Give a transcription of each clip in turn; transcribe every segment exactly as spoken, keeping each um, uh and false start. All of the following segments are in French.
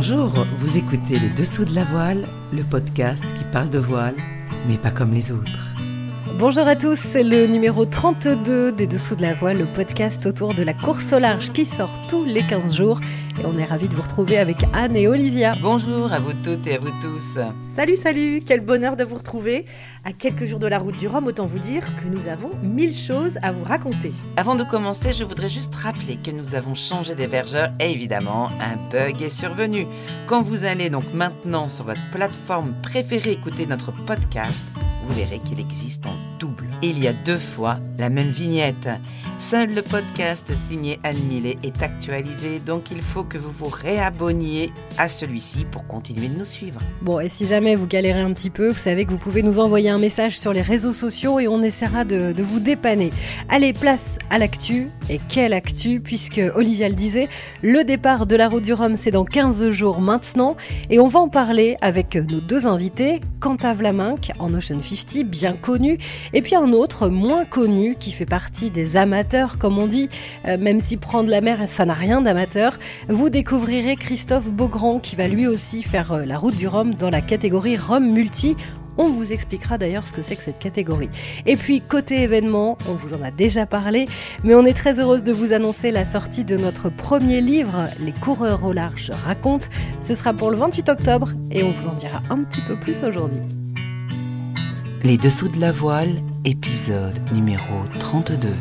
Bonjour, vous écoutez Les Dessous de la Voile, le podcast qui parle de voile, mais pas comme les autres. Bonjour à tous, c'est le numéro trente-deux des Dessous de la Voile, le podcast autour de la course au large qui sort tous les quinze jours. Et on est ravis de vous retrouver avec Anne et Olivia. Bonjour à vous toutes et à vous tous. Salut, salut, quel bonheur de vous retrouver. À quelques jours de la route du Rhum, autant vous dire que nous avons mille choses à vous raconter. Avant de commencer, je voudrais juste rappeler que nous avons changé d'hébergeur et évidemment, un bug est survenu. Quand vous allez donc maintenant sur votre plateforme préférée écouter notre podcast, vous verrez qu'il existe en double. Il y a deux fois la même vignette. Seul le podcast signé Anne Millet est actualisé, donc il faut que vous vous réabonniez à celui-ci pour continuer de nous suivre. Bon, et si jamais vous galérez un petit peu, vous savez que vous pouvez nous envoyer un message sur les réseaux sociaux et on essaiera de, de vous dépanner. Allez, place à l'actu. Et quelle actu, puisque Olivia le disait, le départ de la route du Rhum, c'est dans quinze jours maintenant. Et on va en parler avec nos deux invités, Quentin Vlaminck en Ocean cinquante, bien connu, et puis un autre, moins connu, qui fait partie des amateurs, comme on dit, euh, même si prendre la mer, ça n'a rien d'amateur. Vous découvrirez Christophe Beaugrand, qui va lui aussi faire euh, la route du Rhum dans la catégorie Rhum Multi. On vous expliquera d'ailleurs ce que c'est que cette catégorie. Et puis, côté événement, on vous en a déjà parlé, mais on est très heureuse de vous annoncer la sortie de notre premier livre, Les coureurs au large racontent. Ce sera pour le vingt-huit octobre et on vous en dira un petit peu plus aujourd'hui. Les Dessous de la Voile, épisode numéro trente-deux.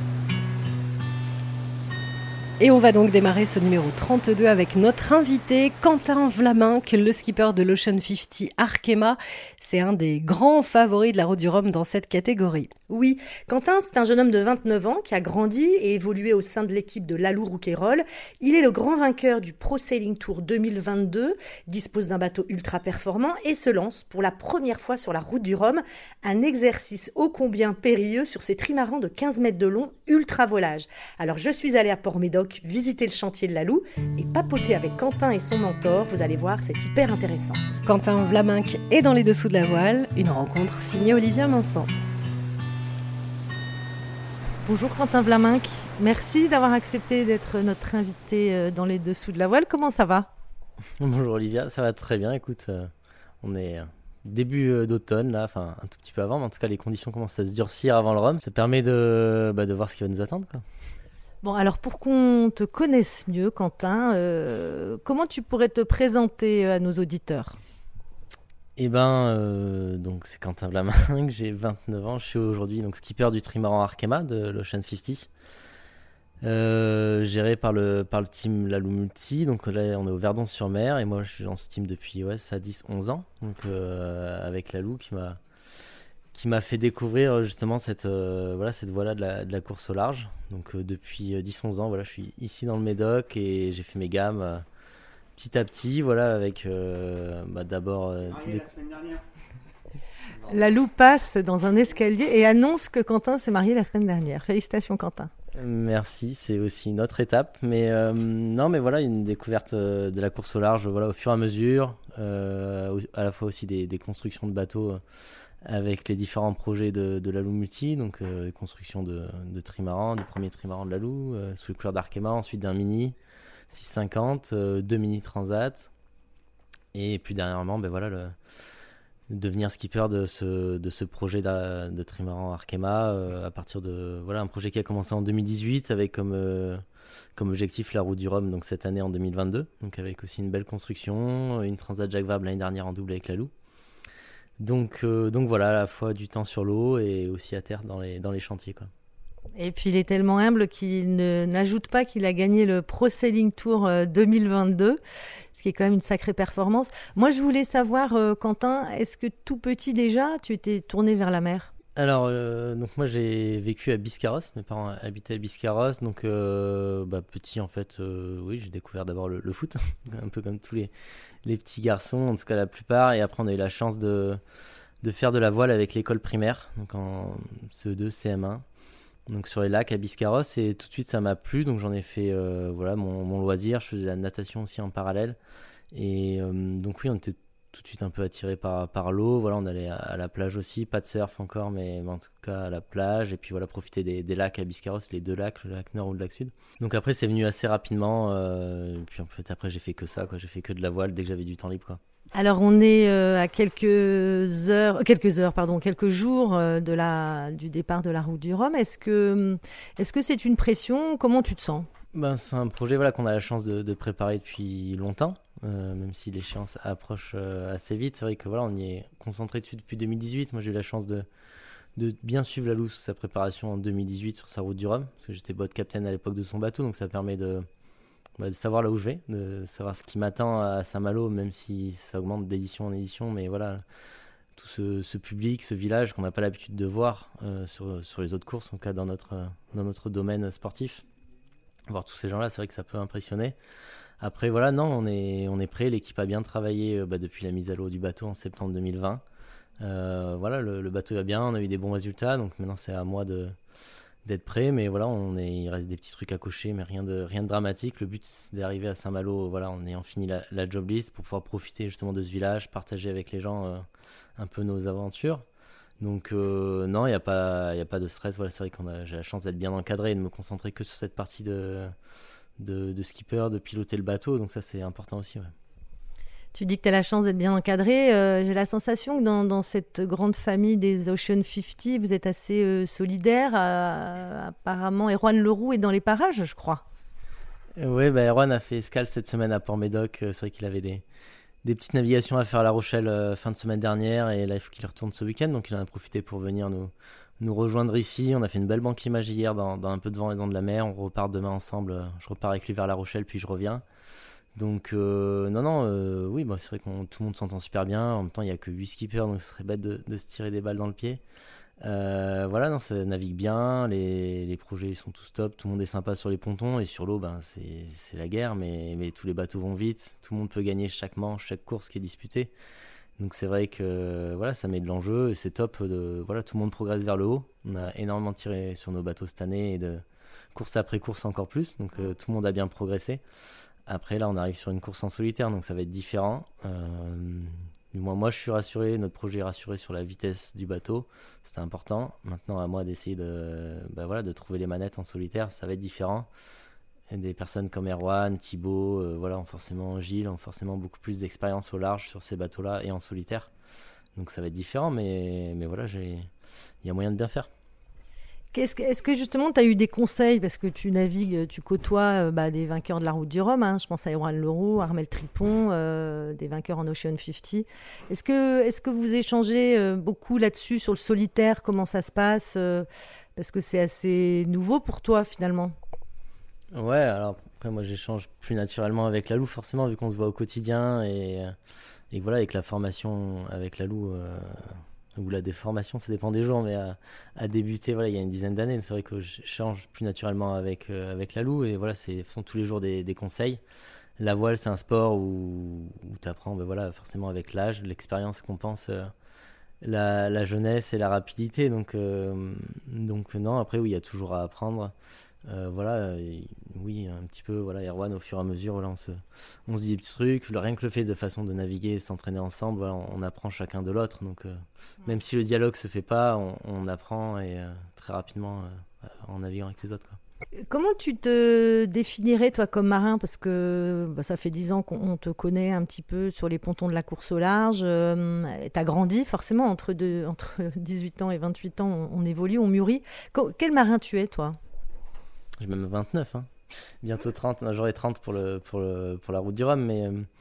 Et on va donc démarrer ce numéro trente-deux avec notre invité, Quentin Vlaminck, le skipper de l'Ocean cinquante Arkema. C'est un des grands favoris de la route du Rhum dans cette catégorie. Oui, Quentin, c'est un jeune homme de vingt-neuf ans qui a grandi et évolué au sein de l'équipe de Lalou Rouquayrol. Il est le grand vainqueur du Pro Sailing Tour deux mille vingt-deux, dispose d'un bateau ultra performant et se lance pour la première fois sur la route du Rhum, un exercice ô combien périlleux sur ses trimarans de quinze mètres de long, ultra volage. Alors je suis allée à Port-Médoc visiter le chantier de Lalou et papoter avec Quentin et son mentor. Vous allez voir, c'est hyper intéressant. Quentin Vlaminck est dans les dessous de la voile, une rencontre signée Olivia Vincent. Bonjour Quentin Vlaminck, merci d'avoir accepté d'être notre invité dans les dessous de la voile. Comment ça va ? Bonjour Olivia, ça va très bien. Écoute, euh, on est début euh, d'automne là, enfin un tout petit peu avant, mais en tout cas les conditions commencent à se durcir avant le Rhum. Ça permet de, bah, de voir ce qui va nous attendre, quoi. Bon, alors pour qu'on te connaisse mieux, Quentin, euh, comment tu pourrais te présenter à nos auditeurs ? Eh ben, euh, donc c'est Quentin Vlaminck, j'ai vingt-neuf ans, je suis aujourd'hui donc skipper du trimaran Arkema de l'Ocean cinquante, euh, géré par le, par le team Lalou Multi. Donc là, on est au Verdon-sur-Mer et moi je suis dans ce team depuis ouais, ça dix onze ans, donc euh, avec Lalou qui m'a qui m'a fait découvrir justement cette, euh, voilà, cette voie-là de la, de la course au large. Donc euh, depuis dix onze ans, voilà, je suis ici dans le Médoc et j'ai fait mes gammes euh, petit à petit, voilà, avec euh, bah, d'abord... Euh, des... la semaine dernière. Lalou passe dans un escalier et annonce que Quentin s'est marié la semaine dernière. Félicitations Quentin. Merci, c'est aussi une autre étape. Mais euh, non, mais voilà, une découverte euh, de la course au large, voilà, au fur et à mesure, euh, à la fois aussi des, des constructions de bateaux euh, avec les différents projets de, de Lalou Multi, donc euh, construction de, de trimaran, du premier trimaran de Lalou, euh, sous les couleurs d'Arkema, ensuite d'un mini six cent cinquante, euh, deux mini transat, et puis dernièrement, ben voilà, le, devenir skipper de ce, de ce projet de, de trimaran Arkema, euh, à partir de voilà, un projet qui a commencé en deux mille dix-huit avec comme, euh, comme objectif la route du Rhum, donc cette année en deux mille vingt-deux, donc avec aussi une belle construction, une transat Jacques Vabre l'année dernière en double avec Lalou. Donc, euh, donc voilà, à la fois du temps sur l'eau et aussi à terre dans les, dans les chantiers, quoi. Et puis il est tellement humble qu'il ne, n'ajoute pas qu'il a gagné le Pro Sailing Tour deux mille vingt-deux, ce qui est quand même une sacrée performance. Moi je voulais savoir, euh, Quentin, est-ce que tout petit déjà, tu étais tourné vers la mer ? Alors, euh, donc moi j'ai vécu à Biscarrosse, mes parents habitaient à Biscarrosse, donc euh, bah, petit en fait, euh, oui, j'ai découvert d'abord le, le foot, un peu comme tous les, les petits garçons, en tout cas la plupart, et après on a eu la chance de, de faire de la voile avec l'école primaire, donc en C E deux, C M un, donc sur les lacs à Biscarrosse, et tout de suite ça m'a plu, donc j'en ai fait euh, voilà, mon, mon loisir. Je faisais de la natation aussi en parallèle, et euh, donc oui, on était tout de suite un peu attiré par, par l'eau. Voilà, on allait à, à la plage aussi, pas de surf encore, mais, mais en tout cas à la plage. Et puis voilà, profiter des, des lacs à Biscarrosse, les deux lacs, le lac nord ou le lac sud. Donc après, c'est venu assez rapidement. Euh, et puis en fait, après, j'ai fait que ça, quoi. J'ai fait que de la voile dès que j'avais du temps libre, quoi. Alors on est euh, à quelques heures, quelques heures, pardon, quelques jours euh, de la, du départ de la route du Rhum. Est-ce que, est-ce que c'est une pression? Comment tu te sens? Ben, c'est un projet voilà, qu'on a la chance de, de préparer depuis longtemps, euh, même si l'échéance approche euh, assez vite. C'est vrai que voilà, on y est concentré dessus depuis deux mille dix-huit. Moi, j'ai eu la chance de, de bien suivre Lalou sous sa préparation en deux mille dix-huit sur sa route du Rhum, parce que j'étais boat captain à l'époque de son bateau, donc ça permet de, bah, de savoir là où je vais, de savoir ce qui m'attend à Saint-Malo, même si ça augmente d'édition en édition. Mais voilà, tout ce, ce public, ce village qu'on n'a pas l'habitude de voir euh, sur, sur les autres courses, en tout cas dans notre, dans notre domaine sportif. Voir tous ces gens-là, c'est vrai que ça peut impressionner. Après, voilà, non, on est, on est prêt. L'équipe a bien travaillé euh, bah, depuis la mise à l'eau du bateau en septembre deux mille vingt. Euh, voilà, le, le bateau va bien, on a eu des bons résultats. Donc maintenant, c'est à moi de, d'être prêt. Mais voilà, on est, il reste des petits trucs à cocher, mais rien de, rien de dramatique. Le but, c'est d'arriver à Saint-Malo voilà, en ayant fini la, la job list pour pouvoir profiter justement de ce village, partager avec les gens euh, un peu nos aventures. Donc euh, non, il n'y a pas, y a pas de stress. Voilà, c'est vrai que j'ai la chance d'être bien encadré et de me concentrer que sur cette partie de, de, de skipper, de piloter le bateau. Donc ça, c'est important aussi. Ouais. Tu dis que tu as la chance d'être bien encadré. Euh, j'ai la sensation que dans, dans cette grande famille des Ocean cinquante, vous êtes assez euh, solidaires. Euh, apparemment, Erwan Leroux est dans les parages, je crois. Oui, bah, Erwan a fait escale cette semaine à Port-Médoc. C'est vrai qu'il avait des... des petites navigations à faire à La Rochelle euh, fin de semaine dernière et là il faut qu'il retourne ce week-end, donc il en a profité pour venir nous, nous rejoindre ici. On a fait une belle banque image hier dans, dans un peu de vent et dans de la mer. On repart demain ensemble, je repars avec lui vers La Rochelle puis je reviens, donc euh, non non euh, oui bah, c'est vrai que tout le monde s'entend super bien. En même temps il n'y a que huit skippers, donc ce serait bête de, de se tirer des balles dans le pied. Euh, voilà, non, ça navigue bien, les, les projets sont tous top, tout le monde est sympa sur les pontons et sur l'eau, ben, c'est, c'est la guerre, mais, mais tous les bateaux vont vite, tout le monde peut gagner chaque manche, chaque course qui est disputée. Donc c'est vrai que voilà, ça met de l'enjeu et c'est top, de, voilà, tout le monde progresse vers le haut. On a énormément tiré sur nos bateaux cette année et de course après course encore plus, donc euh, tout le monde a bien progressé. Après là, on arrive sur une course en solitaire, donc ça va être différent. Euh, Moi, moi, je suis rassuré, notre projet est rassuré sur la vitesse du bateau, c'était important. Maintenant, à moi d'essayer de, bah voilà, de trouver les manettes en solitaire, ça va être différent. Et des personnes comme Erwan, Thibaut, euh, voilà, ont forcément Gilles, ont forcément beaucoup plus d'expérience au large sur ces bateaux-là et en solitaire. Donc ça va être différent, mais, mais voilà, il y a moyen de bien faire. Qu'est-ce que, est-ce que justement tu as eu des conseils, parce que tu navigues, tu côtoies euh, bah, des vainqueurs de la route du Rhum, hein, je pense à Erwan Leroux, Armel Tripon, euh, des vainqueurs en Ocean cinquante. Est-ce que, est-ce que vous échangez euh, beaucoup là-dessus, sur le solitaire, comment ça se passe euh, parce que c'est assez nouveau pour toi finalement? Ouais, alors après moi j'échange plus naturellement avec Lalou forcément, vu qu'on se voit au quotidien et, et voilà, avec la formation avec Lalou... Euh... ou la déformation, ça dépend des jours, mais à, à débuter voilà, il y a une dizaine d'années, c'est vrai que je change plus naturellement avec, euh, avec Lalou, et voilà, c'est sont tous les jours des, des conseils. La voile, c'est un sport où, où tu apprends ben voilà, forcément avec l'âge, l'expérience qu'on pense, euh, la, la jeunesse et la rapidité, donc, euh, donc non, après oui, il y a toujours à apprendre. Euh, voilà, et, oui, un petit peu, voilà, Erwan, au fur et à mesure, voilà, on, se, on se dit des petits trucs. Le, rien que le fait de façon de naviguer et s'entraîner ensemble, voilà, on, on apprend chacun de l'autre. Donc, euh, même si le dialogue se fait pas, on, on apprend et euh, très rapidement euh, en naviguant avec les autres, quoi. Comment tu te définirais, toi, comme marin? Parce que bah, ça fait dix ans qu'on te connaît un petit peu sur les pontons de la course au large. Euh, tu as grandi, forcément, entre, deux, entre dix-huit ans et vingt-huit ans, on, on évolue, on mûrit. Qu- quel marin tu es, toi? J'ai même vingt-neuf, hein. Bientôt trente. Non, j'aurai trente pour, le, pour, le, pour la route du Rhum, mais euh,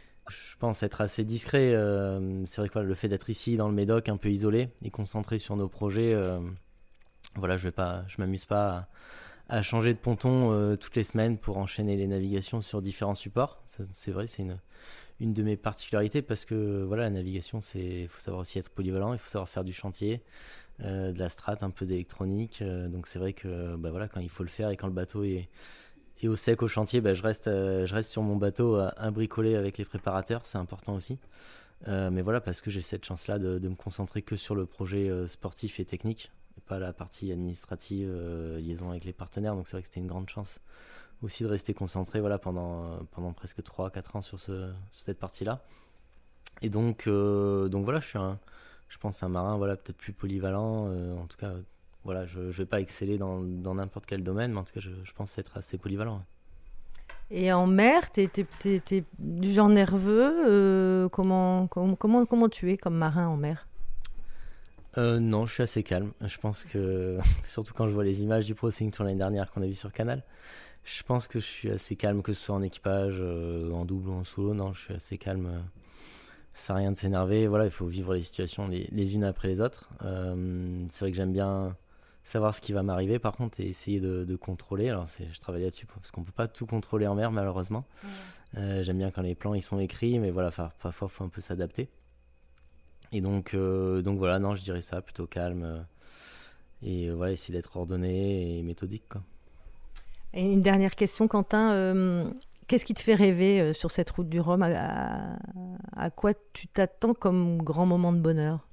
je pense être assez discret. Euh, c'est vrai que voilà, le fait d'être ici, dans le Médoc, un peu isolé et concentré sur nos projets, euh, voilà, je ne m'amuse pas à, à changer de ponton euh, toutes les semaines pour enchaîner les navigations sur différents supports. Ça, c'est vrai, c'est une, une de mes particularités parce que voilà, la navigation, il faut savoir aussi être polyvalent, il faut savoir faire du chantier. Euh, de la strat, un peu d'électronique, euh, donc c'est vrai que bah voilà, quand il faut le faire et quand le bateau est, est au sec au chantier, bah, je, reste, euh, je reste sur mon bateau à, à bricoler avec les préparateurs, c'est important aussi, euh, mais voilà, parce que j'ai cette chance là de, de me concentrer que sur le projet euh, sportif et technique et pas la partie administrative, euh, liaison avec les partenaires, donc c'est vrai que c'était une grande chance aussi de rester concentré voilà, pendant, pendant presque trois à quatre ans sur, ce, sur cette partie là. Et donc, euh, donc voilà, je suis un, je pense un marin, voilà, peut-être plus polyvalent. Euh, en tout cas, voilà, je ne vais pas exceller dans, dans n'importe quel domaine, mais en tout cas, je, je pense être assez polyvalent. Et en mer, tu es du genre nerveux. Euh, comment, comment, comment, comment tu es comme marin en mer? euh, Non, je suis assez calme. Je pense que, surtout quand je vois les images du Pro Sailing Tour l'année dernière qu'on a vu sur Canal, je pense que je suis assez calme, que ce soit en équipage, euh, en double ou en solo. Non, je suis assez calme. Euh, ça sert à rien de s'énerver. Voilà, il faut vivre les situations les, les unes après les autres. Euh, c'est vrai que j'aime bien savoir ce qui va m'arriver, par contre, et essayer de, de contrôler. Alors, c'est, je travaille là-dessus parce qu'on peut pas tout contrôler en mer, malheureusement. Ouais. Euh, j'aime bien quand les plans ils sont écrits, mais voilà, parfois il faut un peu s'adapter. Et donc, euh, donc voilà, non, je dirais ça, plutôt calme. Euh, et euh, voilà, essayer d'être ordonné et méthodique, quoi. Et une dernière question, Quentin. Euh, qu'est-ce qui te fait rêver euh, sur cette route du Rhum? à, à, à quoi tu t'attends comme grand moment de bonheur?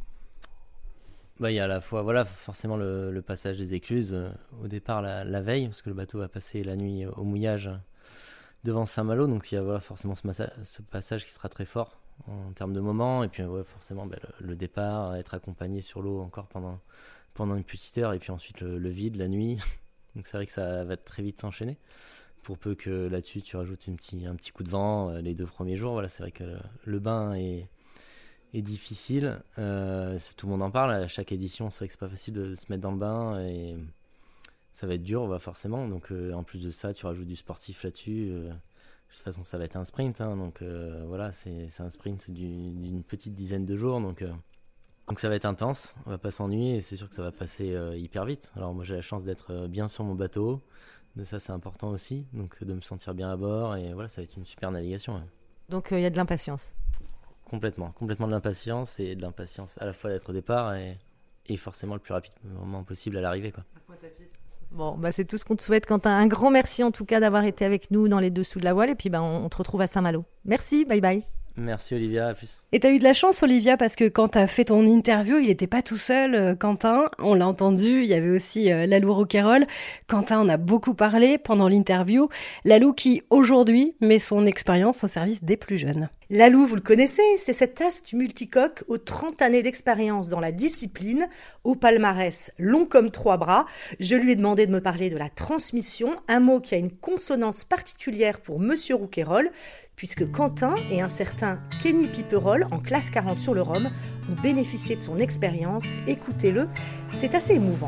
Bah, il y a à la fois, voilà, forcément le, le passage des écluses euh, au départ la, la veille, parce que le bateau va passer la nuit au mouillage devant Saint-Malo, donc il y a voilà, forcément ce, massa- ce passage qui sera très fort en termes de moments, et puis ouais, forcément bah, le, le départ, être accompagné sur l'eau encore pendant, pendant une petite heure, et puis ensuite le, le vide, la nuit, donc c'est vrai que ça va très vite s'enchaîner, pour peu que là-dessus tu rajoutes une petit, un petit coup de vent euh, les deux premiers jours, voilà, c'est vrai que le, le bain est... est difficile, euh, tout le monde en parle à chaque édition, c'est vrai que c'est pas facile de se mettre dans le bain et ça va être dur bah forcément, donc euh, en plus de ça tu rajoutes du sportif là-dessus, euh, de toute façon ça va être un sprint, hein, donc euh, voilà c'est, c'est un sprint du, d'une petite dizaine de jours, donc, euh, donc ça va être intense, on va pas s'ennuyer et c'est sûr que ça va passer euh, hyper vite. Alors moi j'ai la chance d'être bien sur mon bateau, de ça c'est important aussi, donc de me sentir bien à bord et voilà ça va être une super navigation. Ouais. Donc il euh, y a de l'impatience. Complètement, complètement de l'impatience et de l'impatience à la fois d'être au départ et, et forcément le plus rapidement possible à l'arrivée, quoi. Bon, bah c'est tout ce qu'on te souhaite, Quentin. Un grand merci en tout cas d'avoir été avec nous dans les Dessous de la Voile et puis bah, on, on te retrouve à Saint-Malo. Merci, bye bye. Merci Olivia, à plus. Et t'as eu de la chance Olivia parce que quand t'as fait ton interview, il était pas tout seul, euh, Quentin, on l'a entendu, il y avait aussi euh, Lalou Rouquayrol. Quentin en a beaucoup parlé pendant l'interview, Lalou qui aujourd'hui met son expérience au service des plus jeunes. Lalou, vous le connaissez, c'est cet as du multicoque aux trente années d'expérience dans la discipline, au palmarès long comme trois bras. Je lui ai demandé de me parler de la transmission, un mot qui a une consonance particulière pour Monsieur Rouquayrol, puisque Quentin et un certain Kenny Piperol, en classe quarante sur le Rhum, ont bénéficié de son expérience. Écoutez-le, c'est assez émouvant.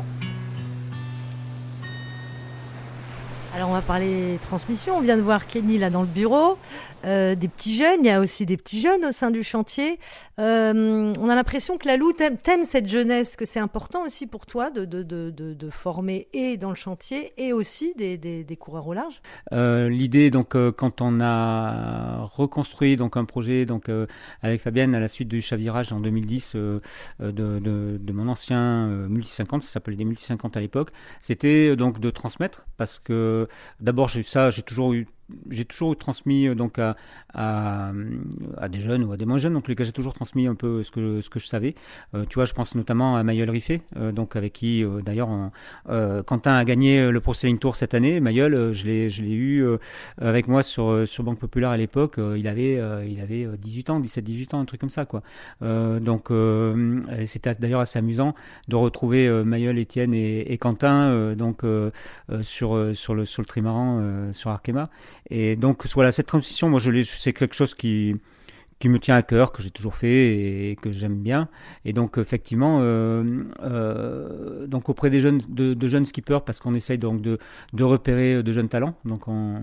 Alors on va parler transmission, on vient de voir Kenny là dans le bureau, euh, des petits jeunes, il y a aussi des petits jeunes au sein du chantier. Euh, on a l'impression que Lalou t'aime, t'aime cette jeunesse, que c'est important aussi pour toi de, de, de, de, de former et dans le chantier et aussi des, des, des coureurs au large. Euh, l'idée donc euh, quand on a reconstruit donc un projet donc euh, avec Fabienne à la suite du chavirage en deux mille dix euh, de, de, de mon ancien euh, multi cinquante, ça s'appelait des multi cinquante à l'époque, c'était donc de transmettre parce que d'abord, j'ai ça, j'ai toujours eu, j'ai toujours eu transmis donc à, à, à des jeunes ou à des moins jeunes. Dans tous les cas, j'ai toujours transmis un peu ce que ce que je savais. Euh, tu vois, je pense notamment à Mayol Riffet, euh, donc avec qui euh, d'ailleurs on, euh, Quentin a gagné le Pro Sailing Tour cette année. Mayol, euh, je l'ai je l'ai eu euh, avec moi sur sur Banque Populaire à l'époque. Euh, il avait euh, il avait dix-huit ans, dix-sept dix-huit ans, un truc comme ça quoi. Euh, donc euh, c'était d'ailleurs assez amusant de retrouver euh, Mayol, Étienne et, et Quentin euh, donc euh, euh, sur sur le sur le trimaran euh, sur Arkema. Et donc voilà, cette transition, moi je l'ai, c'est quelque chose qui qui me tient à cœur, que j'ai toujours fait et que j'aime bien. Et donc effectivement, euh, euh, donc auprès des jeunes, de, de jeunes skippers, parce qu'on essaye donc de de repérer de jeunes talents. Donc on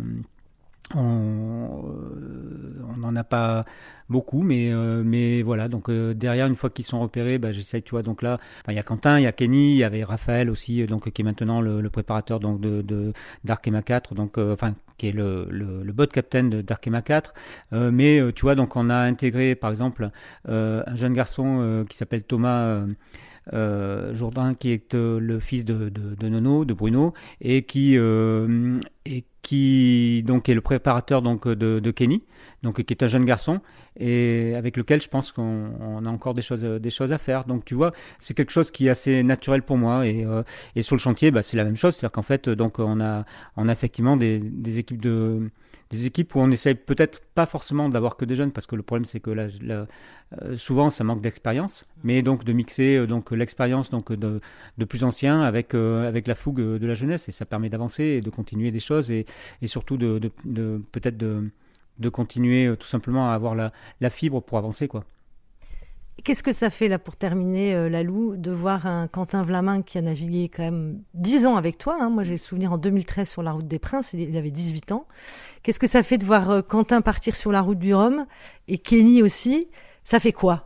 on n'en a pas beaucoup, mais euh, mais voilà. Donc euh, derrière, une fois qu'ils sont repérés, bah, j'essaye, tu vois. Donc là, il y a Quentin, il y a Kenny, il y avait Raphaël aussi, donc qui est maintenant le, le préparateur donc de, de d'Arkema quatre, donc euh, enfin qui est le le, le boat captain de d'Arkema quatre. Euh, mais euh, tu vois, donc on a intégré par exemple euh, un jeune garçon euh, qui s'appelle Thomas. Euh, Euh, Jourdain qui est euh, le fils de, de, de Nono, de Bruno, et qui euh, et qui donc est le préparateur donc de, de Kenny, donc qui est un jeune garçon et avec lequel je pense qu'on on a encore des choses des choses à faire. Donc tu vois, c'est quelque chose qui est assez naturel pour moi et euh, et sur le chantier, bah c'est la même chose, c'est-à-dire qu'en fait donc on a on a effectivement des des équipes de des équipes où on essaye peut-être pas forcément d'avoir que des jeunes, parce que le problème c'est que là, là, euh, souvent ça manque d'expérience, mais donc de mixer euh, donc l'expérience donc de, de plus anciens avec euh, avec la fougue de la jeunesse, et ça permet d'avancer et de continuer des choses, et, et surtout de, de, de peut-être de, de continuer euh, tout simplement à avoir la, la fibre pour avancer, quoi. Qu'est-ce que ça fait, là, pour terminer, euh, Lalou, de voir un Quentin Vlamin qui a navigué quand même dix ans avec toi, hein. Moi, j'ai le souvenir en deux mille treize sur la route des Princes, il avait dix-huit ans. Qu'est-ce que ça fait de voir euh, Quentin partir sur la route du Rhum, et Kenny aussi? Ça fait quoi?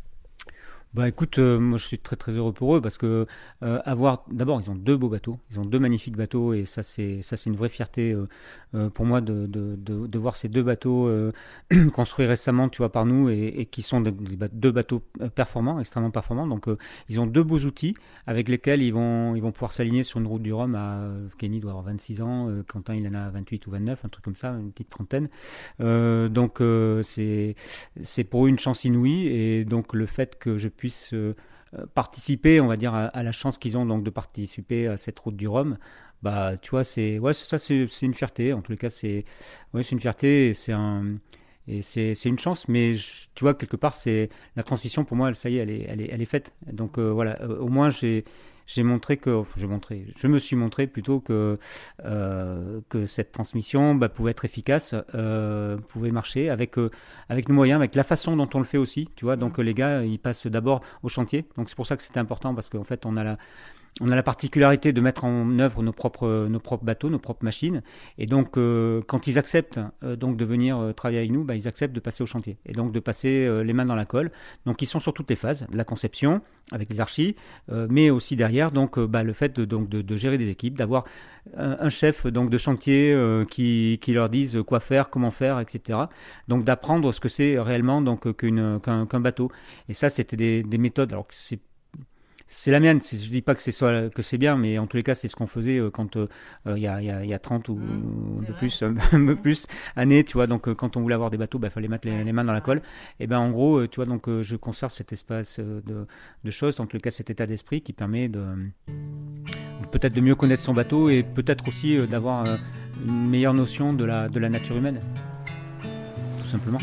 Bah écoute, euh, moi je suis très très heureux pour eux, parce que euh, avoir d'abord ils ont deux beaux bateaux, ils ont deux magnifiques bateaux, et ça c'est ça c'est une vraie fierté euh, euh, pour moi de, de, de, de voir ces deux bateaux euh, construits récemment, tu vois, par nous, et, et qui sont des, des ba- deux bateaux performants, extrêmement performants. Donc euh, ils ont deux beaux outils avec lesquels ils vont ils vont pouvoir s'aligner sur une route du Rhum. À euh, Kenny doit avoir vingt-six ans, euh, Quentin il en a vingt-huit ou vingt-neuf, un truc comme ça, une petite trentaine. Euh, donc euh, c'est c'est pour eux une chance inouïe, et donc le fait que je puisse euh, participer, on va dire, à, à la chance qu'ils ont donc de participer à cette route du Rhum, bah tu vois, c'est ouais, ça c'est, c'est une fierté. En tous les cas, c'est ouais, c'est une fierté, et c'est un et c'est, c'est une chance, mais je, tu vois, quelque part, c'est la transmission pour moi, ça y est, elle est elle est elle est faite. Donc euh, voilà, euh, au moins j'ai j'ai montré que, enfin, j'ai montré, je me suis montré plutôt que euh, que cette transmission bah, pouvait être efficace, euh, pouvait marcher avec euh, avec nos moyens, avec la façon dont on le fait aussi, tu vois. Donc les gars, ils passent d'abord au chantier. Donc c'est pour ça que c'était important, parce qu'en fait, on a la on a la particularité de mettre en œuvre nos propres, nos propres bateaux, nos propres machines. Et donc, euh, quand ils acceptent euh, donc de venir euh, travailler avec nous, bah, ils acceptent de passer au chantier. Et donc, de passer euh, les mains dans la colle. Donc, ils sont sur toutes les phases de la conception, avec les archis, euh, mais aussi derrière, donc, euh, bah, le fait de, donc, de, de gérer des équipes, d'avoir un, un chef donc, de chantier euh, qui, qui leur dise quoi faire, comment faire, et cetera. Donc, d'apprendre ce que c'est réellement donc, qu'une, qu'un, qu'un bateau. Et ça, c'était des, des méthodes. Alors, c'est C'est la mienne, c'est, je dis pas que c'est, soit, que c'est bien, mais en tous les cas, c'est ce qu'on faisait euh, quand euh, il y, a, y, a, y a trente ou mmh, un peu plus, un peu plus années, tu vois. Donc, euh, quand on voulait avoir des bateaux, il bah, fallait mettre les, les mains dans la colle. Et ben, en gros, euh, tu vois, donc, euh, je conserve cet espace euh, de, de choses, en tous les cas, cet état d'esprit qui permet de, de peut-être de mieux connaître son bateau, et peut-être aussi euh, d'avoir euh, une meilleure notion de la, de la nature humaine, tout simplement.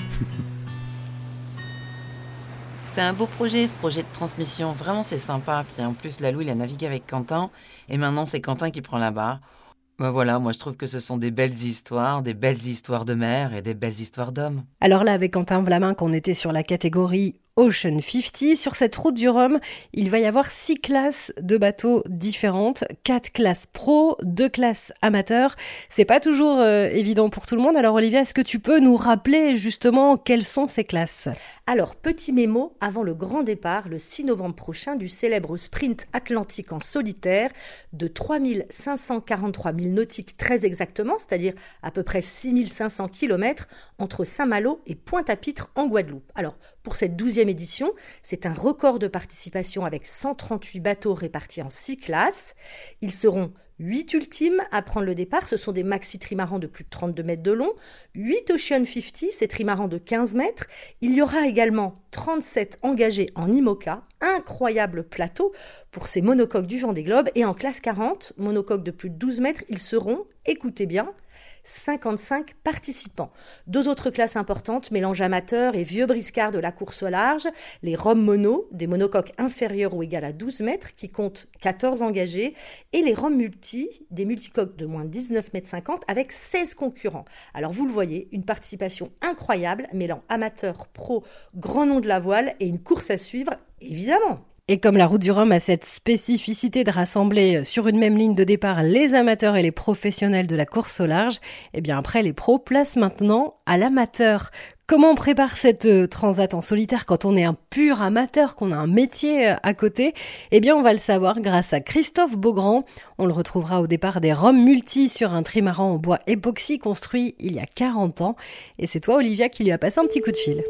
C'est un beau projet, ce projet de transmission. Vraiment, c'est sympa. Puis en plus, Lalou, il a navigué avec Quentin. Et maintenant, c'est Quentin qui prend la barre. Ben voilà, moi, je trouve que ce sont des belles histoires, des belles histoires de mer et des belles histoires d'hommes. Alors là, avec Quentin Vlamin, qu'on était sur la catégorie Ocean cinquante, sur cette route du Rhum, il va y avoir six classes de bateaux différentes, quatre classes pro, deux classes amateurs. C'est pas toujours euh, évident pour tout le monde. Alors Olivia, est-ce que tu peux nous rappeler justement quelles sont ces classes ? Alors, petit mémo, avant le grand départ, le six novembre prochain, du célèbre sprint atlantique en solitaire de trois mille cinq cent quarante-trois milles nautiques très exactement, c'est-à-dire à peu près six mille cinq cents kilomètres entre Saint-Malo et Pointe-à-Pitre en Guadeloupe. Alors, pour cette douzième édition, c'est un record de participation avec cent trente-huit bateaux répartis en six classes. Ils seront huit ultimes à prendre le départ, ce sont des maxi trimarans de plus de trente-deux mètres de long, huit Ocean cinquante, ces trimarans de quinze mètres. Il y aura également trente-sept engagés en IMOCA, incroyable plateau pour ces monocoques du Vendée Globe. Et en classe quarante, monocoques de plus de douze mètres, ils seront, écoutez bien, cinquante-cinq participants. Deux autres classes importantes, mélange amateur et vieux briscard de la course au large, les Rhum Mono, des monocoques inférieurs ou égales à douze mètres, qui comptent quatorze engagés, et les Rhum Multi, des multicoques de moins de dix-neuf mètres cinquante avec seize concurrents. Alors vous le voyez, une participation incroyable, mêlant amateur, pro, grand nom de la voile et une course à suivre, évidemment. Et comme la route du Rhum a cette spécificité de rassembler sur une même ligne de départ les amateurs et les professionnels de la course au large, eh bien après les pros, place maintenant à l'amateur. Comment on prépare cette transat en solitaire quand on est un pur amateur, qu'on a un métier à côté ? Eh bien on va le savoir grâce à Christophe Beaugrand. On le retrouvera au départ des Rhum Multi sur un trimaran en bois époxy construit il y a quarante ans. Et c'est toi Olivia qui lui a passé un petit coup de fil.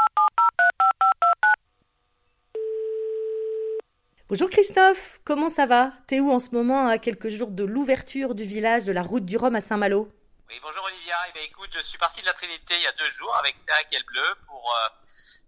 Bonjour Christophe, comment ça va ? T'es où en ce moment à quelques jours de l'ouverture du village de la route du Rhum à Saint-Malo ? Oui, bonjour Olivia. Eh bien, écoute, je suis parti de la Trinité il y a deux jours avec Sterac et le Bleu pour, euh,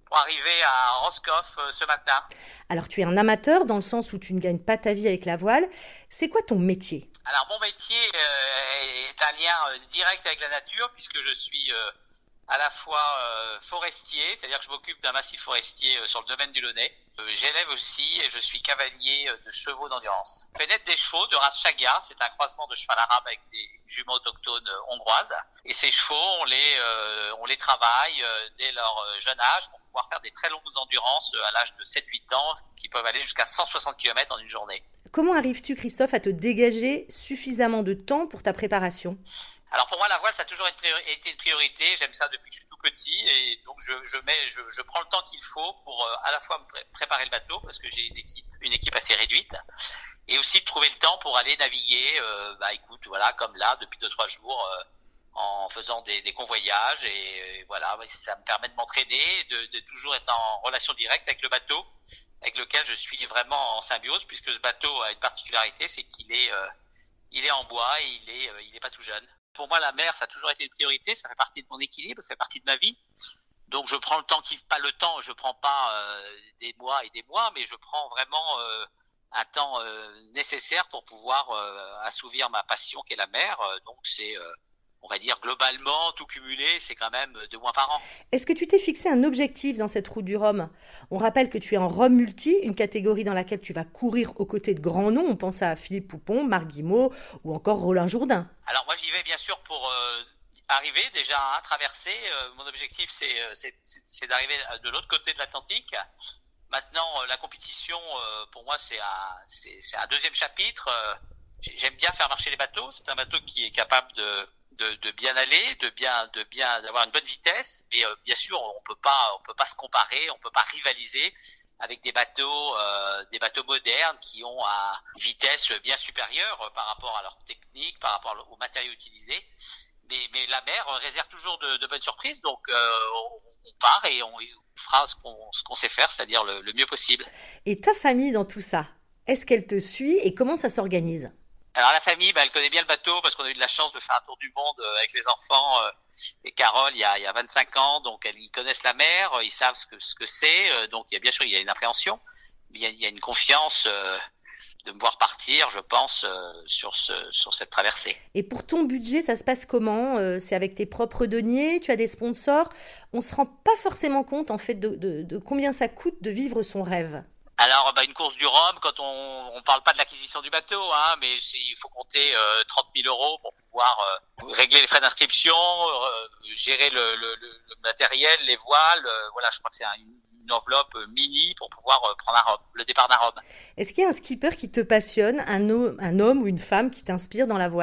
pour arriver à Roscoff euh, ce matin. Alors tu es un amateur dans le sens où tu ne gagnes pas ta vie avec la voile. C'est quoi ton métier ? Alors mon métier euh, est un lien euh, direct avec la nature puisque je suis euh, à la fois euh, forestier, c'est-à-dire que je m'occupe d'un massif forestier euh, sur le domaine du Launay. Euh, j'élève aussi et je suis cavalier euh, de chevaux d'endurance. Je fais naître des chevaux de race Chaga, c'est un croisement de cheval arabe avec des jumeaux autochtones euh, hongroises. Et ces chevaux, on les, euh, on les travaille euh, dès leur euh, jeune âge pour pouvoir faire des très longues endurances euh, à l'âge de sept huit ans qui peuvent aller jusqu'à cent soixante kilomètres en une journée. Comment arrives-tu, Christophe, à te dégager suffisamment de temps pour ta préparation ? Alors pour moi, la voile, ça a toujours été une priorité. J'aime ça depuis que je suis tout petit et donc je, je mets, je, je prends le temps qu'il faut pour euh, à la fois me pré- préparer le bateau parce que j'ai une équipe, une équipe assez réduite et aussi de trouver le temps pour aller naviguer. Euh, bah écoute, voilà, comme là depuis deux trois jours euh, en faisant des, des convoyages et, et voilà, ça me permet de m'entraîner, de, de toujours être en relation directe avec le bateau, avec lequel je suis vraiment en symbiose puisque ce bateau a une particularité, c'est qu'il est, euh, il est en bois et il est, euh, il est pas tout jeune. Pour moi, la mer, ça a toujours été une priorité. Ça fait partie de mon équilibre, ça fait partie de ma vie. Donc, je prends le temps qui, pas le temps, je prends pas euh, des mois et des mois, mais je prends vraiment euh, un temps euh, nécessaire pour pouvoir euh, assouvir ma passion qui est la mer. Donc, c'est, euh, on va dire, globalement, tout cumulé, c'est quand même deux mois par an. Est-ce que tu t'es fixé un objectif dans cette route du Rhum ? On rappelle que tu es en Rhum Multi, une catégorie dans laquelle tu vas courir aux côtés de grands noms. On pense à Philippe Poupon, Marc Guimot ou encore Roland Jourdain. Alors moi, j'y vais bien sûr pour euh, arriver déjà à traverser. Euh, mon objectif, c'est, c'est, c'est, c'est d'arriver de l'autre côté de l'Atlantique. Maintenant, euh, la compétition, euh, pour moi, c'est un, c'est, c'est un deuxième chapitre. Euh, j'aime bien faire marcher les bateaux. C'est un bateau qui est capable de De, de bien aller, de bien, de bien, d'avoir une bonne vitesse. Mais euh, bien sûr, on peut pas, on peut pas se comparer, on peut pas rivaliser avec des bateaux, euh, des bateaux modernes qui ont une vitesse bien supérieure euh, par rapport à leur technique, par rapport aux matériaux utilisés. Mais, mais la mer réserve toujours de, de bonnes surprises. Donc, euh, on, on part et on, on fera ce qu'on, ce qu'on sait faire, c'est-à-dire le, le mieux possible. Et ta famille dans tout ça, est-ce qu'elle te suit et comment ça s'organise ? Alors la famille, bah, elle connaît bien le bateau parce qu'on a eu de la chance de faire un tour du monde avec les enfants euh, et Carole il y a, il y a vingt-cinq ans, donc elles, ils connaissent la mer, ils savent ce que, ce que c'est, euh, donc il y a bien sûr il y a une appréhension, mais il y a, il y a une confiance euh, de me voir partir, je pense, euh, sur, ce, sur cette traversée. Et pour ton budget, ça se passe comment ? euh, C'est avec tes propres deniers ? Tu as des sponsors ? On se rend pas forcément compte en fait de, de, de combien ça coûte de vivre son rêve. Alors, bah, une course du Rhum, quand on on parle pas de l'acquisition du bateau, hein, mais c'est, il faut compter euh, trente mille euros pour pouvoir euh, régler les frais d'inscription, euh, gérer le, le, le matériel, les voiles. Euh, voilà, je crois que c'est un, une enveloppe mini pour pouvoir euh, prendre un Rhum, le départ d'un Rhum. Est-ce qu'il y a un skipper qui te passionne, un, o- un homme ou une femme qui t'inspire dans la voile ?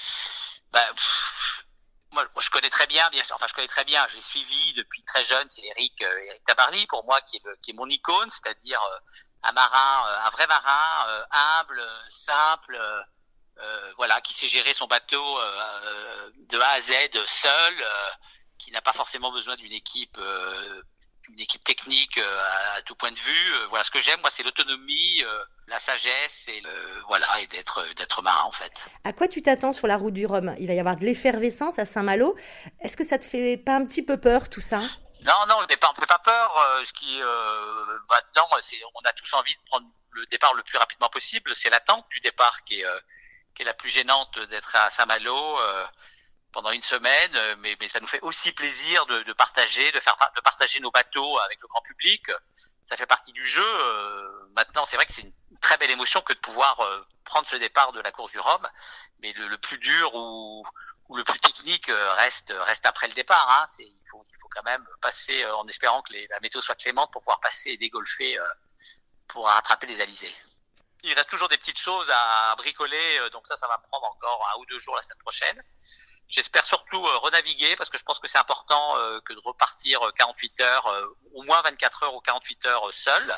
Bah, pff, moi, moi, je connais très bien, bien sûr. Enfin, je connais très bien. Je l'ai suivi depuis très jeune. C'est Eric, euh, Eric Tabarly, pour moi, qui est, le, qui est mon icône, c'est-à-dire euh, un marin, euh, un vrai marin, euh, humble, euh, simple, euh, euh, voilà, qui sait gérer son bateau euh, de A à Z seul, euh, qui n'a pas forcément besoin d'une équipe, euh, une équipe technique euh, à, à tout point de vue. Euh, voilà, ce que j'aime, moi, c'est l'autonomie, euh, la sagesse, et euh, voilà, et d'être, d'être marin en fait. À quoi tu t'attends sur la route du Rhum ? Il va y avoir de l'effervescence à Saint-Malo. Est-ce que ça te fait pas un petit peu peur tout ça ? Non, non, le départ ne fait pas peur. Euh, ce qui euh, maintenant, c'est, on a tous envie de prendre le départ le plus rapidement possible. C'est l'attente du départ qui est, euh, qui est la plus gênante, d'être à Saint-Malo euh, pendant une semaine. Mais, mais ça nous fait aussi plaisir de, de partager, de faire, de partager nos bateaux avec le grand public. Ça fait partie du jeu. Euh, maintenant, c'est vrai que c'est une très belle émotion que de pouvoir euh, prendre ce départ de la course du Rhum. Mais le, le plus dur ou, ou le plus technique reste, reste après le départ. Hein. C'est, il faut, il faut quand même passer euh, en espérant que les, la météo soit clémente pour pouvoir passer et dégolfer euh, pour rattraper les alizés. Il reste toujours des petites choses à bricoler, euh, donc ça, ça va me prendre encore un ou deux jours la semaine prochaine. J'espère surtout euh, renaviguer parce que je pense que c'est important euh, que de repartir quarante-huit heures, euh, au moins vingt-quatre heures ou quarante-huit heures euh, seul.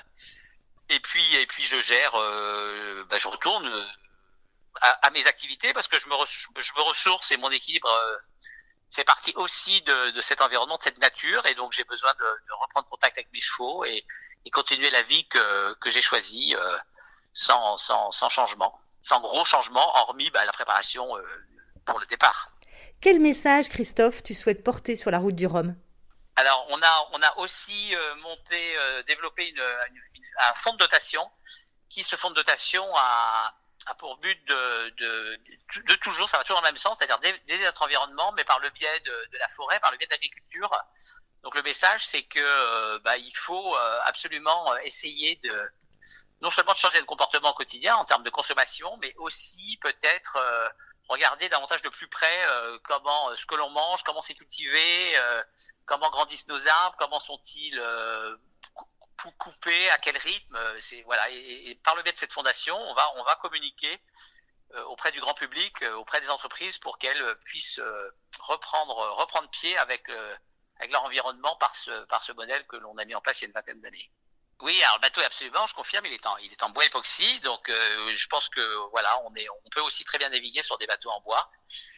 Et puis, et puis je gère, euh, bah, je retourne euh, à, à mes activités parce que je me, re- je me ressource et mon équilibre euh, fait partie aussi de, de cet environnement, de cette nature, et donc j'ai besoin de, de reprendre contact avec mes chevaux et, et continuer la vie que, que j'ai choisie euh, sans, sans, sans changement, sans gros changement, hormis bah, la préparation euh, pour le départ. Quel message, Christophe, tu souhaites porter sur la route du Rhum ? Alors, on a, on a aussi euh, monté, euh, développé une, une, une, un fonds de dotation qui, ce fonds de dotation, a, a pour but de, de, de toujours, ça va toujours dans le même sens, c'est-à-dire d'aider notre environnement, mais par le biais de, de la forêt, par le biais de l'agriculture. Donc, le message, c'est que euh, bah, il faut euh, absolument essayer de non seulement de changer de comportement au quotidien en termes de consommation, mais aussi peut-être euh, regarder davantage de plus près euh, comment ce que l'on mange, comment c'est cultivé, euh, comment grandissent nos arbres, comment sont-ils euh, coupés, à quel rythme. C'est voilà. Et, et par le biais de cette fondation, on va on va communiquer euh, auprès du grand public, euh, auprès des entreprises, pour qu'elles puissent euh, reprendre reprendre pied avec euh, avec leur environnement par ce par ce modèle que l'on a mis en place il y a une vingtaine d'années. Oui, alors le bateau, absolument, je confirme, il est en, il est en bois époxy, donc euh, je pense que voilà, on est, on peut aussi très bien naviguer sur des bateaux en bois.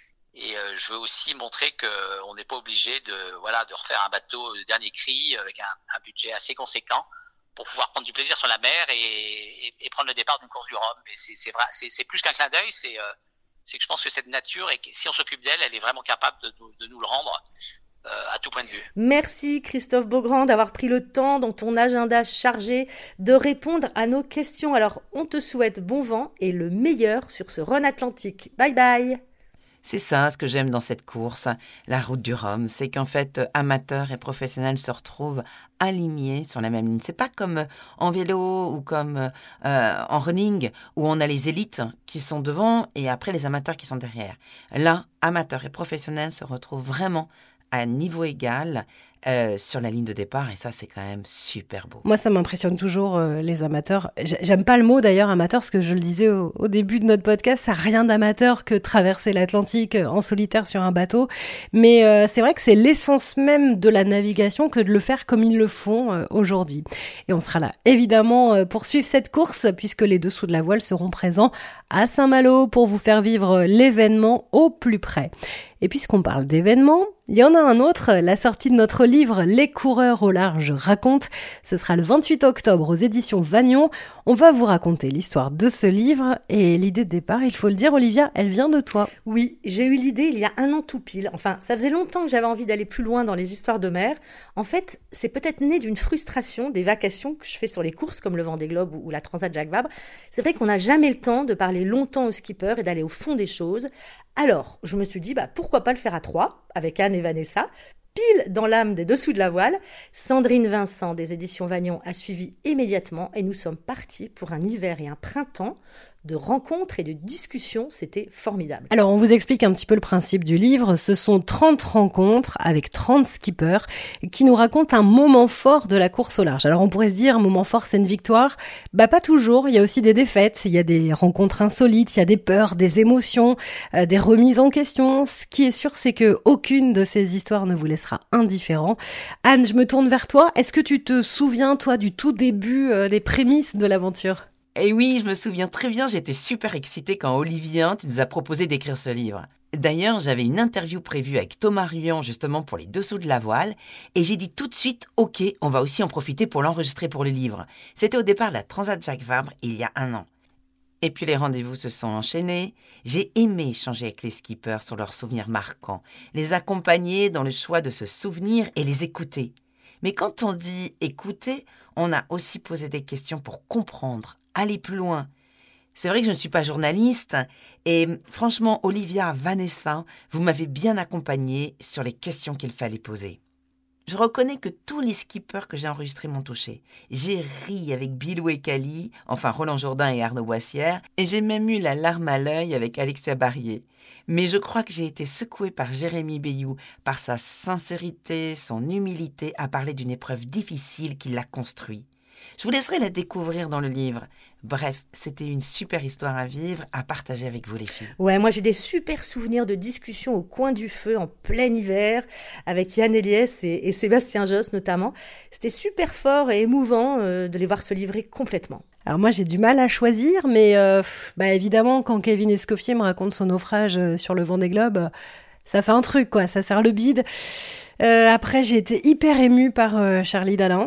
Et euh, je veux aussi montrer que on n'est pas obligé de, voilà, de refaire un bateau de dernier cri avec un, un budget assez conséquent pour pouvoir prendre du plaisir sur la mer et, et, et prendre le départ d'une course du Rhum. Mais c'est, c'est vrai, c'est, c'est plus qu'un clin d'œil, c'est, euh, c'est que je pense que cette nature, et que si on s'occupe d'elle, elle est vraiment capable de, de, de nous le rendre. Euh, à tout point de vue. Merci Christophe Beaugrand d'avoir pris le temps dans ton agenda chargé de répondre à nos questions. Alors, on te souhaite bon vent et le meilleur sur ce run atlantique. Bye bye. C'est ça ce que j'aime dans cette course, la route du Rhum, c'est qu'en fait, amateurs et professionnels se retrouvent alignés sur la même ligne. C'est pas comme en vélo ou comme euh, en running où on a les élites qui sont devant et après les amateurs qui sont derrière. Là, amateurs et professionnels se retrouvent vraiment à niveau égal euh, sur la ligne de départ, et ça c'est quand même super beau. Moi ça m'impressionne toujours euh, les amateurs. J'aime pas le mot d'ailleurs amateur, parce que je le disais au, au début de notre podcast, ça n'a rien d'amateur que traverser l'Atlantique en solitaire sur un bateau, mais euh, c'est vrai que c'est l'essence même de la navigation que de le faire comme ils le font euh, aujourd'hui. Et on sera là évidemment euh, pour suivre cette course, puisque les Dessous de la Voile seront présents à Saint-Malo pour vous faire vivre l'événement au plus près. Et puisqu'on parle d'événements, il y en a un autre, la sortie de notre livre « Les coureurs au large racontent ». Ce sera le vingt-huit octobre aux éditions Vagnon. On va vous raconter l'histoire de ce livre et l'idée de départ, il faut le dire Olivia, elle vient de toi. Oui, j'ai eu l'idée il y a un an tout pile. Enfin, ça faisait longtemps que j'avais envie d'aller plus loin dans les histoires de mer. En fait, c'est peut-être né d'une frustration des vacations que je fais sur les courses comme le Vendée Globe ou la Transat Jacques Vabre. C'est vrai qu'on n'a jamais le temps de parler longtemps aux skippers et d'aller au fond des choses. Alors, je me suis dit, bah, pourquoi pas le faire à trois, avec Anne et Vanessa, pile dans l'âme des Dessous de la Voile. Sandrine Vincent des éditions Vagnon a suivi immédiatement et nous sommes partis pour un hiver et un printemps de rencontres et de discussions, c'était formidable. Alors on vous explique un petit peu le principe du livre, ce sont trente rencontres avec trente skippers qui nous racontent un moment fort de la course au large. Alors on pourrait se dire un moment fort c'est une victoire, bah pas toujours, il y a aussi des défaites, il y a des rencontres insolites, il y a des peurs, des émotions, euh, des remises en question. Ce qui est sûr c'est que aucune de ces histoires ne vous laissera indifférent. Anne, je me tourne vers toi, est-ce que tu te souviens toi du tout début euh, des prémices de l'aventure ? Et oui, je me souviens très bien, j'étais super excitée quand Olivia, tu nous as proposé d'écrire ce livre. D'ailleurs, j'avais une interview prévue avec Thomas Ruan justement pour les Dessous de la Voile et j'ai dit tout de suite, ok, on va aussi en profiter pour l'enregistrer pour le livre. C'était au départ de la Transat Jacques Vabre il y a un an. Et puis les rendez-vous se sont enchaînés. J'ai aimé échanger avec les skippers sur leurs souvenirs marquants, les accompagner dans le choix de se souvenir et les écouter. Mais quand on dit écouter, on a aussi posé des questions pour comprendre, aller plus loin. C'est vrai que je ne suis pas journaliste et franchement, Olivia, Vanessa, vous m'avez bien accompagnée sur les questions qu'il fallait poser. Je reconnais que tous les skippers que j'ai enregistrés m'ont touché. J'ai ri avec Bilou et Cali, enfin Roland Jourdain et Arnaud Boissière, et j'ai même eu la larme à l'œil avec Alexia Barrier. Mais je crois que j'ai été secouée par Jérémy Bayou, par sa sincérité, son humilité à parler d'une épreuve difficile qui l'a construit. Je vous laisserai la découvrir dans le livre. Bref, c'était une super histoire à vivre, à partager avec vous les filles. Ouais, moi j'ai des super souvenirs de discussions au coin du feu en plein hiver avec Yann Eliès et, et Sébastien Josse notamment. C'était super fort et émouvant euh, de les voir se livrer complètement. Alors moi j'ai du mal à choisir, mais euh, bah évidemment quand Kevin Escoffier me raconte son naufrage euh, sur le Vendée Globe, euh, ça fait un truc quoi, ça serre le bide. Euh, après j'ai été hyper émue par euh, Charlie Dalin.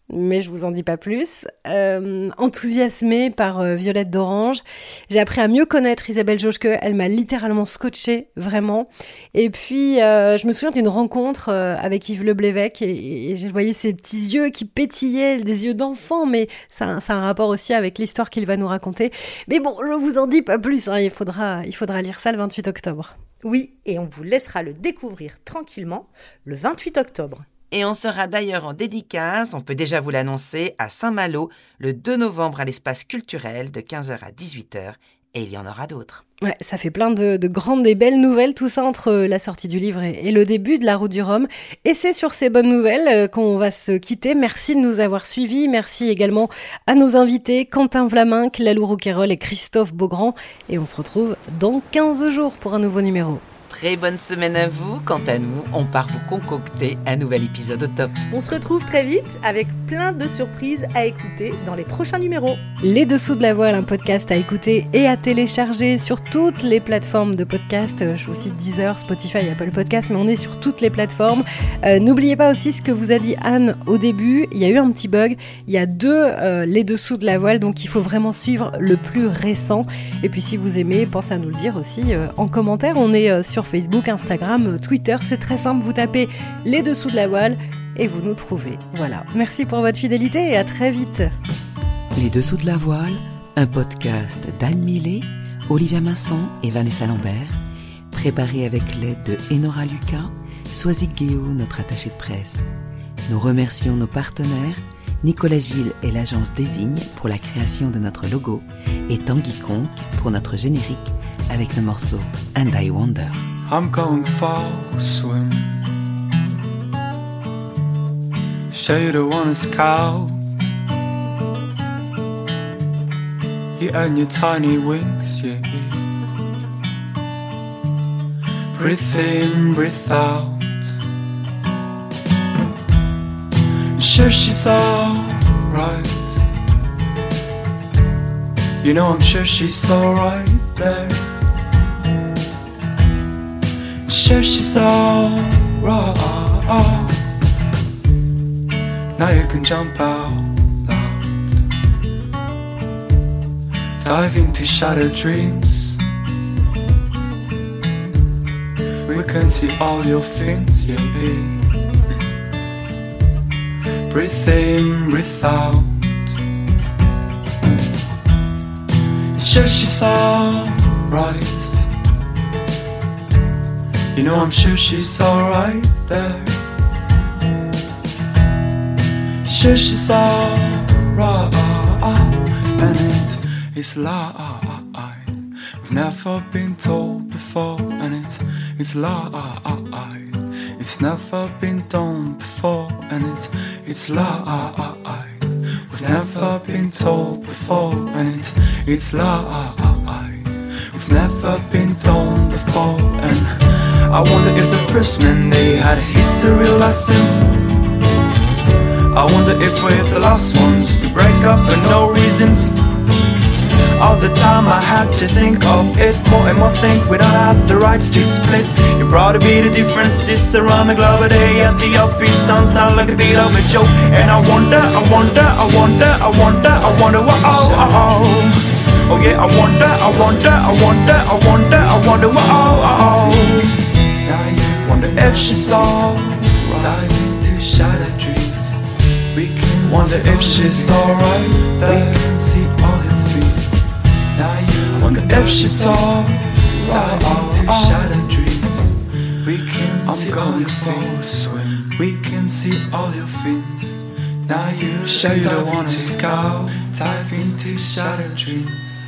mais je vous en dis pas plus. Euh, enthousiasmée par euh, Violette d'Orange, j'ai appris à mieux connaître Isabelle Joschke. Elle m'a littéralement scotché, vraiment. Et puis, euh, je me souviens d'une rencontre euh, avec Yves Le Blévec et, et je voyais ses petits yeux qui pétillaient, des yeux d'enfant, mais ça, ça a un rapport aussi avec l'histoire qu'il va nous raconter. Mais bon, je vous en dis pas plus, hein, il faudra, il faudra lire ça le vingt-huit octobre. Oui, et on vous laissera le découvrir tranquillement le vingt-huit octobre. Et on sera d'ailleurs en dédicace, on peut déjà vous l'annoncer, à Saint-Malo, le deux novembre à l'espace culturel de quinze heures à dix-huit heures. Et il y en aura d'autres. Ouais, ça fait plein de, de grandes et belles nouvelles, tout ça entre la sortie du livre et, et le début de la Route du Rhum. Et c'est sur ces bonnes nouvelles euh, qu'on va se quitter. Merci de nous avoir suivis. Merci également à nos invités, Quentin Vlaminck, Lalou Rouquayrol et Christophe Beaugrand. Et on se retrouve dans quinze jours pour un nouveau numéro. Très bonne semaine à vous. Quant à nous, on part vous concocter un nouvel épisode au top. On se retrouve très vite avec plein de surprises à écouter dans les prochains numéros. Les Dessous de la Voile, un podcast à écouter et à télécharger sur toutes les plateformes de podcast. Je suis aussi Deezer, Spotify, Apple Podcast, mais on est sur toutes les plateformes. Euh, n'oubliez pas aussi ce que vous a dit Anne au début. Il y a eu un petit bug. Il y a deux euh, Les Dessous de la Voile, donc il faut vraiment suivre le plus récent. Et puis si vous aimez, pensez à nous le dire aussi euh, en commentaire. On est euh, sur Facebook, Instagram, Twitter, c'est très simple, vous tapez Les Dessous de la Voile et vous nous trouvez. Voilà, merci pour votre fidélité et à très vite. Les Dessous de la Voile, un podcast d'Anne Millet, Olivia Masson et Vanessa Lambert, préparé avec l'aide de Enora Lucas, Soazic Guéot, notre attaché de presse. Nous remercions nos partenaires, Nicolas Gilles et l'agence Désigne pour la création de notre logo et Tanguy Conque pour notre générique avec le morceau And I Wonder. I'm going for a swim. Sure you don't wanna scout. You and your tiny wings, yeah. Breathe in, breathe out. Sure she's alright. You know I'm sure she's alright there. Sure she's alright. Now you can jump out loud. Dive into shattered dreams. We can see all your fins, yeah. Breathe in, breathe out. Sure she's alright. You know I'm sure she's alright there. Sure she's alright. And it is light. We've never been told before. And it is light. It's never been done before. And it it's light. We've never been told before. And it it's light. It's never been done before. And I wonder if the first men they had history lessons. I wonder if we're the last ones to break up for no reasons. All the time I had to think of it more and more, think we don't have the right to split. You're proud to be the differences around the globe a day at the office sounds not like a beat of a joke. And I wonder, I wonder, I wonder, I wonder, I wonder what oh, oh, oh. Oh yeah, I wonder, I wonder, I wonder, I wonder, I wonder what oh, oh, oh. Now you wonder if she's alright. Dive into shattered dreams. We can wonder if she's alright. We can see all your fears. Now you wonder if she's alright. Dive into shattered dreams. We can I'm see all your fins. We can see all your fins. Now you sure you don't wanna scout. Dive into shattered dreams.